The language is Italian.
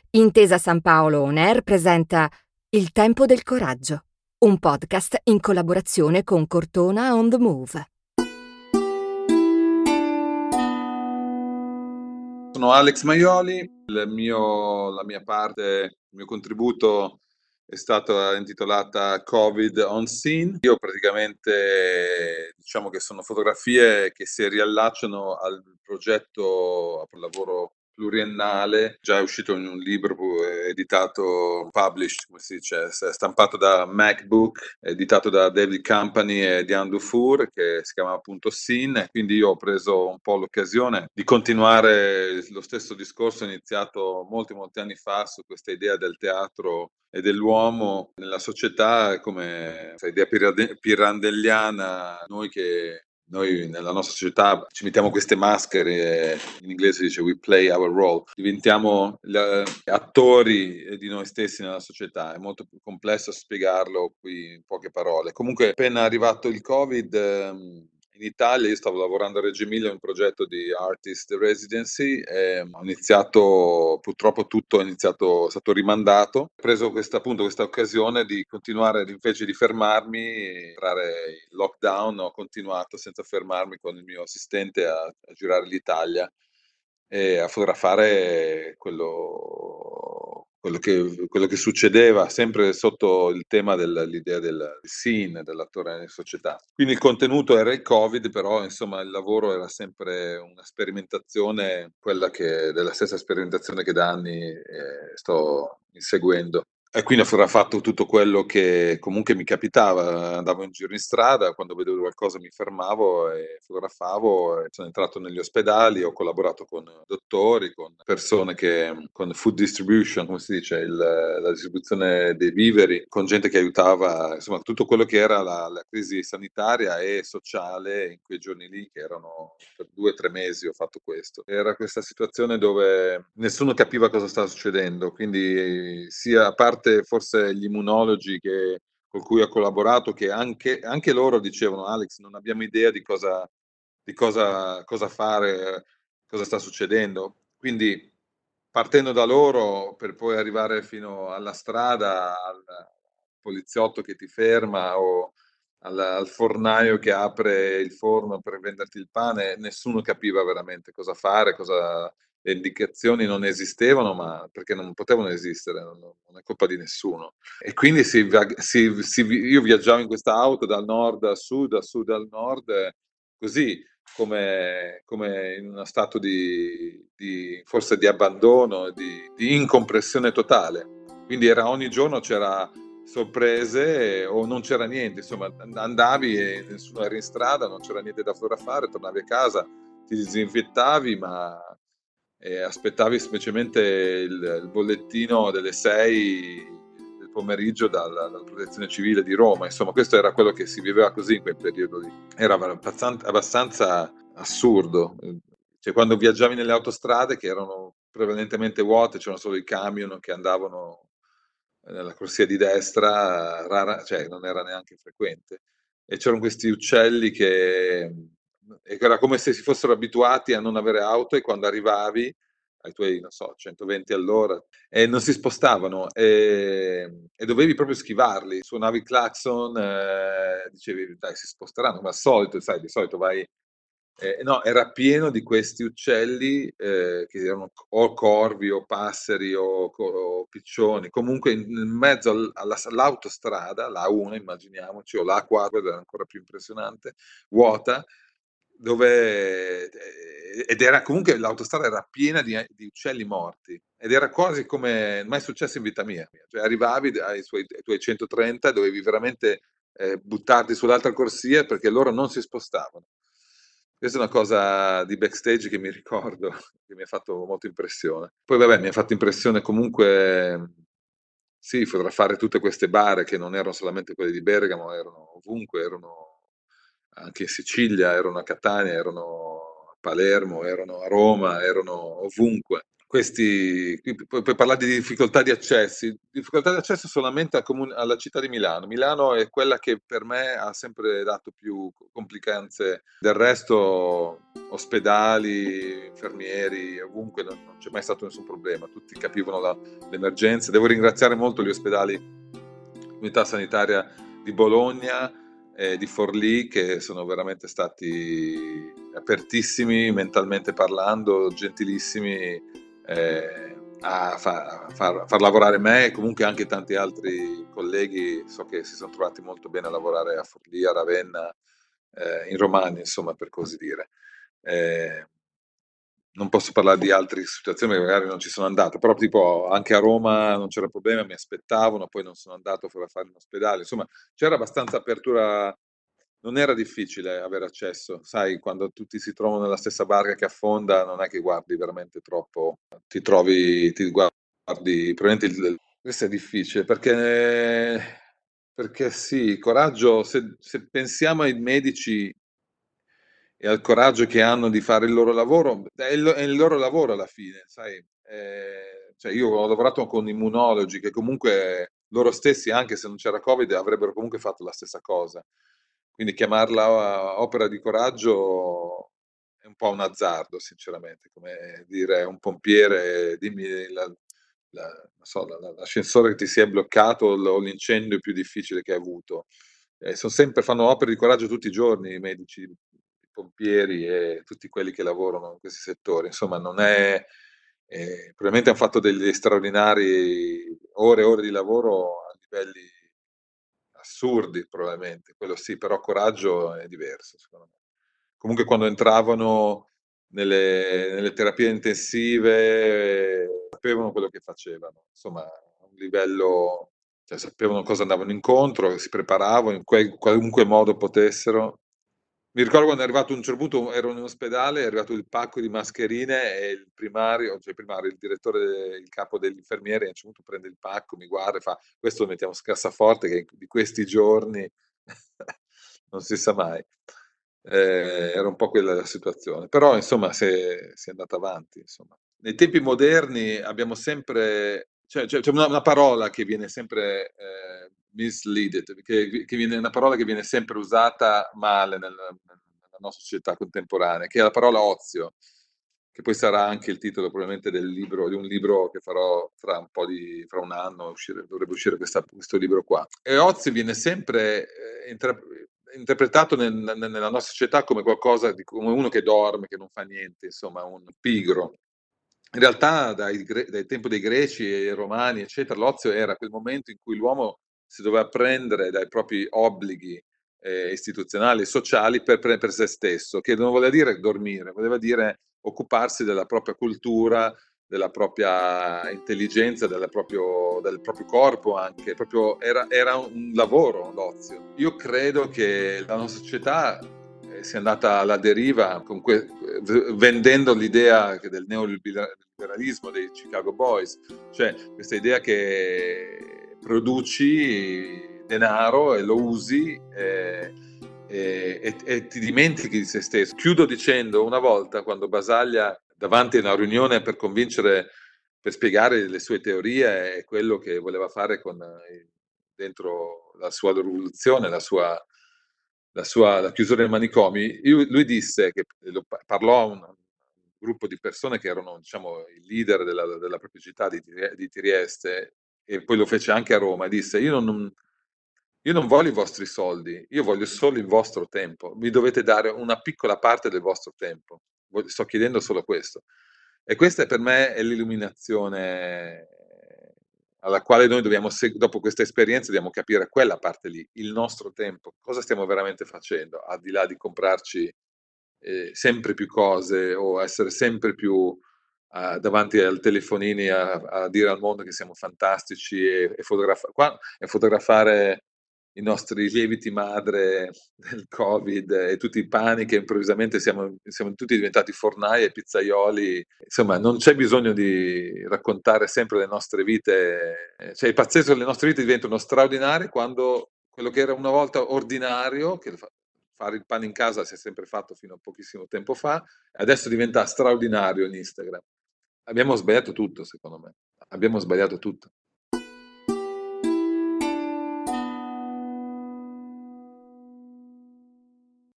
Intesa San Paolo On Air presenta Il tempo del coraggio, un podcast in collaborazione con Cortona on the Move. Sono Alex Maioli, la mia parte, il mio contributo è stata intitolata Covid on Scene. Io praticamente diciamo che sono fotografie che si riallacciano al progetto, al lavoro pluriennale, già è uscito in un libro editato, published, come si dice, stampato da MacBook, editato da David Company e Diane Dufour, che si chiama appunto Scene. Quindi io ho preso un po' l'occasione di continuare lo stesso discorso iniziato molti anni fa su questa idea del teatro e dell'uomo nella società come questa idea pirandelliana, noi nella nostra società ci mettiamo queste maschere, in inglese si dice we play our role, diventiamo attori di noi stessi nella società. È molto più complesso spiegarlo qui in poche parole. Comunque, appena arrivato il Covid, in Italia io stavo lavorando a Reggio Emilia in un progetto di Artist Residency e ho iniziato, purtroppo tutto è stato rimandato. Ho preso questa occasione di continuare, invece di fermarmi, entrare in lockdown, ho continuato senza fermarmi con il mio assistente a girare l'Italia e a fotografare quello che succedeva, sempre sotto il tema dell'idea del scene, dell'attore in società. Quindi il contenuto era il Covid, però insomma il lavoro era sempre una sperimentazione, della stessa sperimentazione che da anni sto inseguendo. E quindi ho fotografato tutto quello che comunque mi capitava, andavo in giro in strada, quando vedevo qualcosa mi fermavo e fotografavo, e sono entrato negli ospedali, ho collaborato con dottori, con persone con food distribution, come si dice, la distribuzione dei viveri, con gente che aiutava, insomma tutto quello che era la crisi sanitaria e sociale in quei giorni lì, che erano per 2 o 3 mesi ho fatto questo. Era questa situazione dove nessuno capiva cosa stava succedendo, quindi sia a parte forse gli immunologi con cui ho collaborato, che anche loro dicevano: Alex, non abbiamo idea cosa fare, cosa sta succedendo. Quindi partendo da loro per poi arrivare fino alla strada, al poliziotto che ti ferma o al fornaio che apre il forno per venderti il pane, nessuno capiva veramente cosa fare, le indicazioni non esistevano, ma perché non potevano esistere, non è colpa di nessuno. E quindi io viaggiavo in questa auto dal nord a sud al nord, così come in uno stato forse di abbandono, di incompressione totale. Quindi ogni giorno c'era sorprese o non c'era niente, insomma andavi e nessuno era in strada, non c'era niente da fotografare, tornavi a casa, ti disinfettavi, ma aspettavi semplicemente il bollettino delle 6 del pomeriggio dalla Protezione Civile di Roma. Insomma, questo era quello che si viveva così in quel periodo lì. Era abbastanza assurdo. Cioè, quando viaggiavi nelle autostrade che erano prevalentemente vuote, c'erano solo i camion che andavano nella corsia di destra, cioè non era neanche frequente, e c'erano questi uccelli era come se si fossero abituati a non avere auto, e quando arrivavi ai tuoi, non so, 120 all'ora e non si spostavano, e dovevi proprio schivarli, suonavi il clacson, dicevi dai si sposteranno, ma al solito, sai, di solito vai. No, era pieno di questi uccelli, che erano o corvi o passeri o piccioni, comunque in mezzo all'autostrada, la A1 immaginiamoci, o la A4, ed era ancora più impressionante, vuota, ed era comunque, l'autostrada era piena di uccelli morti, ed era quasi come mai successo in vita mia. Cioè arrivavi ai tuoi 130, dovevi veramente buttarti sull'altra corsia perché loro non si spostavano. Questa è una cosa di backstage che mi ricordo, che mi ha fatto molto impressione. Poi vabbè, mi ha fatto impressione comunque, sì, fotografare tutte queste bare che non erano solamente quelle di Bergamo, erano ovunque, erano anche in Sicilia, erano a Catania, erano a Palermo, erano a Roma, erano ovunque. puoi parlare di difficoltà di accessi. Difficoltà di accesso solamente alla città di Milano. Milano è quella che per me ha sempre dato più complicanze. Del resto, ospedali, infermieri, ovunque non c'è mai stato nessun problema. Tutti capivano l'emergenza. Devo ringraziare molto gli ospedali, l'unità sanitaria di Bologna e di Forlì, che sono veramente stati apertissimi mentalmente parlando, gentilissimi, a far lavorare me e comunque anche tanti altri colleghi. So che si sono trovati molto bene a lavorare a Forlì, a Ravenna, in Romagna, insomma, per così dire. Non posso parlare di altre situazioni perché magari non ci sono andato, però tipo anche a Roma non c'era problema, mi aspettavano, poi non sono andato a fare in ospedale, insomma c'era abbastanza apertura, non era difficile avere accesso, sai, quando tutti si trovano nella stessa barca che affonda non è che guardi veramente troppo, ti guardi, probabilmente questo è difficile perché sì, coraggio, se pensiamo ai medici e al coraggio che hanno di fare il loro lavoro, è il loro lavoro alla fine, sai. Cioè io ho lavorato con immunologi che comunque loro stessi, anche se non c'era Covid, avrebbero comunque fatto la stessa cosa. Quindi chiamarla opera di coraggio è un po' un azzardo, sinceramente, come dire a un pompiere, dimmi non so, l'ascensore che ti si è bloccato o l'incendio più difficile che hai avuto. Fanno opere di coraggio tutti i giorni i medici, i pompieri e tutti quelli che lavorano in questi settori. Insomma, non è, probabilmente hanno fatto degli straordinari ore e ore di lavoro a livelli assurdi, probabilmente, quello sì, però coraggio è diverso, secondo me. Comunque quando entravano nelle terapie intensive, sapevano quello che facevano, insomma, a un livello, cioè sapevano cosa andavano incontro, si preparavano in qualunque modo potessero. Mi ricordo quando è arrivato a un certo punto, ero in ospedale, è arrivato il pacco di mascherine e il primario, cioè il primario, il direttore, il capo degli infermieri, a un certo punto prende il pacco, mi guarda e fa: questo lo mettiamo su cassaforte che di questi giorni non si sa mai. Era un po' quella la situazione, però insomma si è andata avanti, insomma. Nei tempi moderni abbiamo sempre, c'è una parola che viene sempre misleaded, che viene, una parola che viene sempre usata male nella nostra società contemporanea, che è la parola ozio, che poi sarà anche il titolo probabilmente di un libro che farò fra un anno, dovrebbe uscire questo libro qua. E ozio viene sempre interpretato nella nostra società come qualcosa come uno che dorme, che non fa niente, insomma, un pigro. In realtà dai tempi dei greci e romani, eccetera, l'ozio era quel momento in cui l'uomo si doveva prendere dai propri obblighi istituzionali e sociali per se stesso, che non voleva dire dormire, voleva dire occuparsi della propria cultura, della propria intelligenza, del proprio corpo anche, era un lavoro l'ozio. Io credo che la nostra società sia andata alla deriva vendendo l'idea del neoliberalismo dei Chicago Boys, cioè questa idea che produci denaro e lo usi e ti dimentichi di se stesso. Chiudo dicendo, una volta quando Basaglia davanti a una riunione per spiegare le sue teorie e quello che voleva fare dentro la sua rivoluzione, la chiusura dei manicomi, lui disse che parlò a un gruppo di persone che erano, diciamo, il leader della propria città di Trieste, e poi lo fece anche a Roma, e disse: io non voglio i vostri soldi, io voglio solo il vostro tempo, mi dovete dare una piccola parte del vostro tempo, sto chiedendo solo questo. E questa per me è l'illuminazione alla quale noi dobbiamo, dopo questa esperienza, dobbiamo capire quella parte lì, il nostro tempo, cosa stiamo veramente facendo, al di là di comprarci sempre più cose o essere sempre più davanti al telefonini a dire al mondo che siamo fantastici e fotografare i nostri lieviti madre del Covid e tutti i pani che improvvisamente siamo tutti diventati fornai e pizzaioli. Insomma, non c'è bisogno di raccontare sempre le nostre vite. Cioè, è pazzesco che le nostre vite diventano straordinarie quando quello che era una volta ordinario, che fare il pane in casa si è sempre fatto fino a pochissimo tempo fa, adesso diventa straordinario in Instagram. Abbiamo sbagliato tutto secondo me. Abbiamo sbagliato tutto.